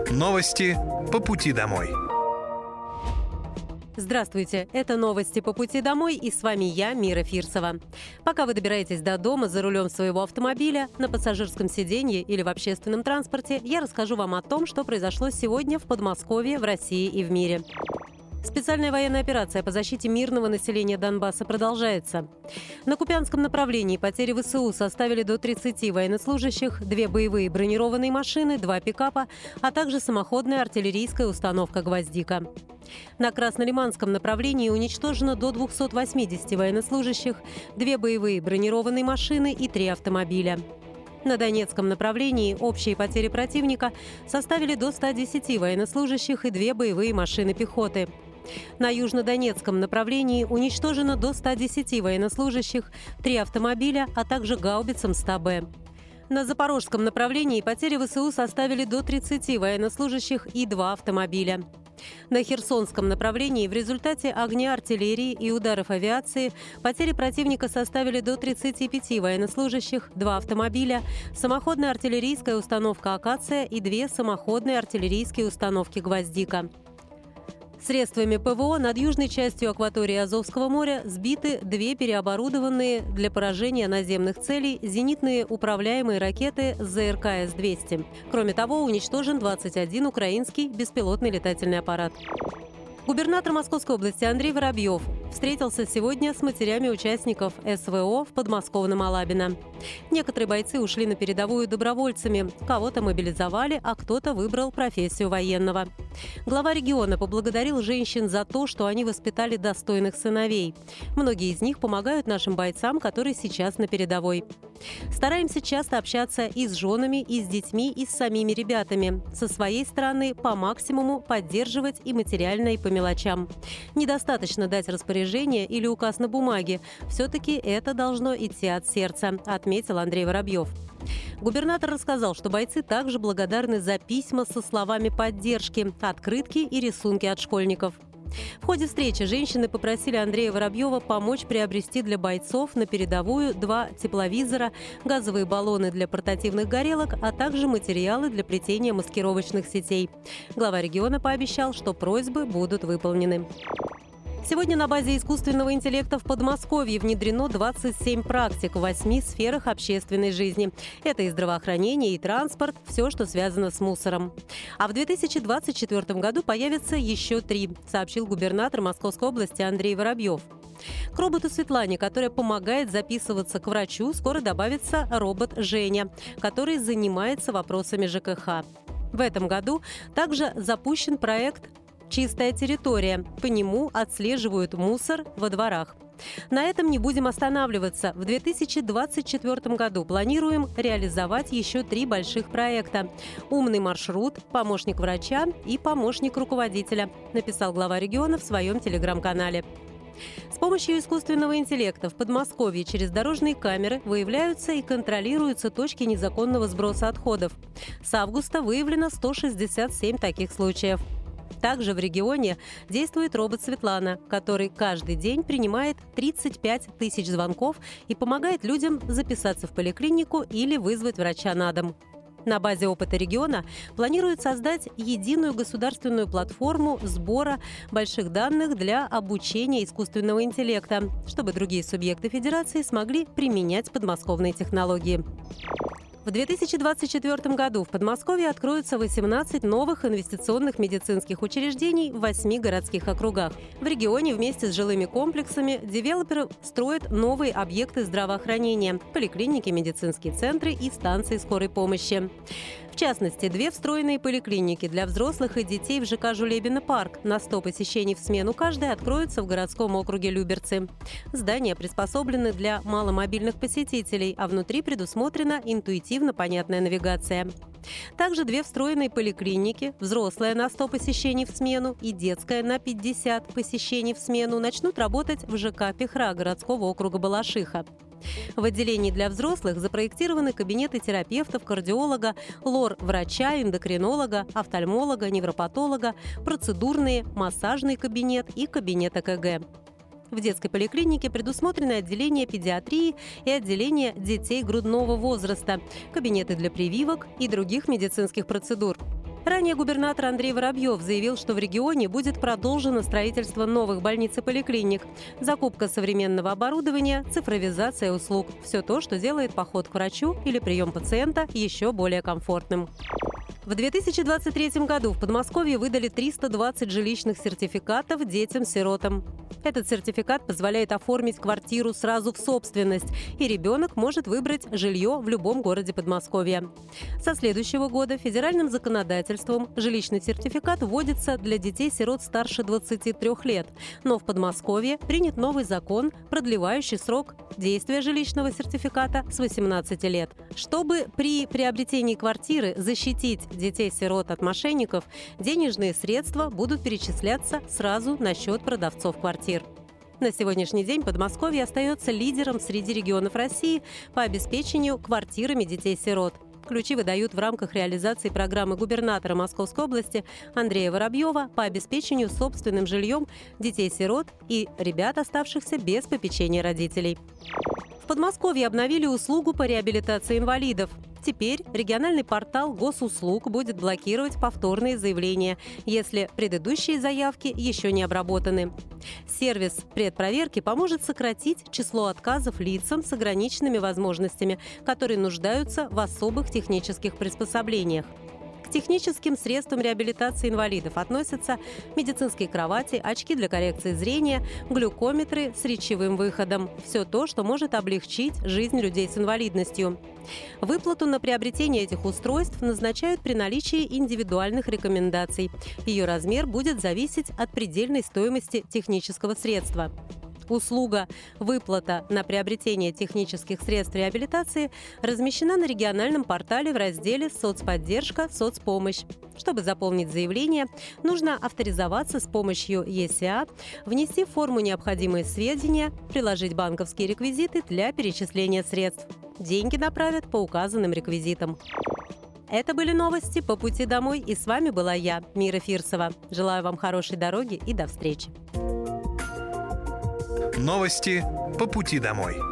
Новости по пути домой. Здравствуйте, это новости по пути домой, и с вами я, Мира Фирсова. Пока вы добираетесь до дома за рулем своего автомобиля, на пассажирском сиденье или в общественном транспорте, я расскажу вам о том, что произошло сегодня в Подмосковье, в России и в мире. Специальная военная операция по защите мирного населения Донбасса продолжается. На Купянском направлении потери ВСУ составили до 30 военнослужащих, 2 боевые бронированные машины, 2 пикапа, а также самоходная артиллерийская установка «Гвоздика». На Краснолиманском направлении уничтожено до 280 военнослужащих, 2 боевые бронированные машины и 3 автомобиля. На Донецком направлении общие потери противника составили до 110 военнослужащих и 2 боевые машины пехоты. На Южнодонецком направлении уничтожено до 110 военнослужащих, 3 автомобиля, а также гаубица М100Б. На Запорожском направлении потери ВСУ составили до 30 военнослужащих и 2 автомобиля. На Херсонском направлении в результате огня артиллерии и ударов авиации потери противника составили до 35 военнослужащих, 2 автомобиля, самоходная артиллерийская установка «Акация» и 2 самоходные артиллерийские установки «Гвоздика». Средствами ПВО над южной частью акватории Азовского моря сбиты 2 переоборудованные для поражения наземных целей зенитные управляемые ракеты ЗРК С-200. Кроме того, уничтожен 21 украинский беспилотный летательный аппарат. Губернатор Московской области Андрей Воробьев встретился сегодня с матерями участников СВО в подмосковном Алабино. Некоторые бойцы ушли на передовую добровольцами, кого-то мобилизовали, а кто-то выбрал профессию военного. Глава региона поблагодарил женщин за то, что они воспитали достойных сыновей. Многие из них помогают нашим бойцам, которые сейчас на передовой. Стараемся часто общаться и с женами, и с детьми, и с самими ребятами. Со своей стороны по максимуму поддерживать и материально, и по мелочам. Недостаточно дать распоряжение или указ на бумаге. Все-таки это должно идти от сердца, отметил Андрей Воробьев. Губернатор рассказал, что бойцы также благодарны за письма со словами поддержки, открытки и рисунки от школьников. В ходе встречи женщины попросили Андрея Воробьева помочь приобрести для бойцов на передовую 2 тепловизора, газовые баллоны для портативных горелок, а также материалы для плетения маскировочных сетей. Глава региона пообещал, что просьбы будут выполнены. Сегодня на базе искусственного интеллекта в Подмосковье внедрено 27 практик в 8 сферах общественной жизни. Это и здравоохранение, и транспорт, все, что связано с мусором. А в 2024 году появится еще 3, сообщил губернатор Московской области Андрей Воробьев. К роботу Светлане, которая помогает записываться к врачу, скоро добавится робот Женя, который занимается вопросами ЖКХ. В этом году также запущен проект «Чистая территория». По нему отслеживают мусор во дворах. На этом не будем останавливаться. В 2024 году планируем реализовать еще 3 больших проекта. «Умный маршрут», «Помощник врача» и «Помощник руководителя», написал глава региона в своем телеграм-канале. С помощью искусственного интеллекта в Подмосковье через дорожные камеры выявляются и контролируются точки незаконного сброса отходов. С августа выявлено 167 таких случаев. Также в регионе действует робот Светлана, который каждый день принимает 35 тысяч звонков и помогает людям записаться в поликлинику или вызвать врача на дом. На базе опыта региона планируют создать единую государственную платформу сбора больших данных для обучения искусственного интеллекта, чтобы другие субъекты федерации смогли применять подмосковные технологии. В 2024 году в Подмосковье откроются 18 новых инвестиционных медицинских учреждений в 8 городских округах. В регионе вместе с жилыми комплексами девелоперы строят новые объекты здравоохранения – поликлиники, медицинские центры и станции скорой помощи. В частности, 2 встроенные поликлиники для взрослых и детей в ЖК «Жулебино парк» на 100 посещений в смену каждой откроются в городском округе Люберцы. Здания приспособлены для маломобильных посетителей, а внутри предусмотрена интуитивно понятная навигация. Также 2 встроенные поликлиники, взрослая на 100 посещений в смену и детская на 50 посещений в смену, начнут работать в ЖК «Пехра» городского округа Балашиха. В отделении для взрослых запроектированы кабинеты терапевтов, кардиолога, лор-врача, эндокринолога, офтальмолога, невропатолога, процедурные, массажный кабинет и кабинет ЭКГ. В детской поликлинике предусмотрены отделение педиатрии и отделение детей грудного возраста, кабинеты для прививок и других медицинских процедур. Ранее губернатор Андрей Воробьев заявил, что в регионе будет продолжено строительство новых больниц и поликлиник, закупка современного оборудования, цифровизация услуг – все то, что делает поход к врачу или прием пациента еще более комфортным. В 2023 году в Подмосковье выдали 320 жилищных сертификатов детям-сиротам. Этот сертификат позволяет оформить квартиру сразу в собственность, и ребенок может выбрать жилье в любом городе Подмосковья. Со следующего года федеральным законодательством жилищный сертификат вводится для детей-сирот старше 23 лет, но в Подмосковье принят новый закон, продлевающий срок действия жилищного сертификата с 18 лет. Чтобы при приобретении квартиры защитить детей-сирот от мошенников, денежные средства будут перечисляться сразу на счет продавцов квартир. На сегодняшний день Подмосковье остается лидером среди регионов России по обеспечению квартирами детей-сирот. Ключи выдают в рамках реализации программы губернатора Московской области Андрея Воробьева по обеспечению собственным жильем детей-сирот и ребят, оставшихся без попечения родителей. В Подмосковье обновили услугу по реабилитации инвалидов. Теперь региональный портал госуслуг будет блокировать повторные заявления, если предыдущие заявки еще не обработаны. Сервис предпроверки поможет сократить число отказов лицам с ограниченными возможностями, которые нуждаются в особых технических приспособлениях. К техническим средствам реабилитации инвалидов относятся медицинские кровати, очки для коррекции зрения, глюкометры с речевым выходом – все то, что может облегчить жизнь людей с инвалидностью. Выплату на приобретение этих устройств назначают при наличии индивидуальных рекомендаций. Ее размер будет зависеть от предельной стоимости технического средства. Услуга «Выплата на приобретение технических средств реабилитации» размещена на региональном портале в разделе «Соцподдержка. Соцпомощь». Чтобы заполнить заявление, нужно авторизоваться с помощью ЕСА, внести в форму необходимые сведения, приложить банковские реквизиты для перечисления средств. Деньги направят по указанным реквизитам. Это были новости по пути домой, и с вами была я, Мира Фирсова. Желаю вам хорошей дороги и до встречи. Новости по пути домой.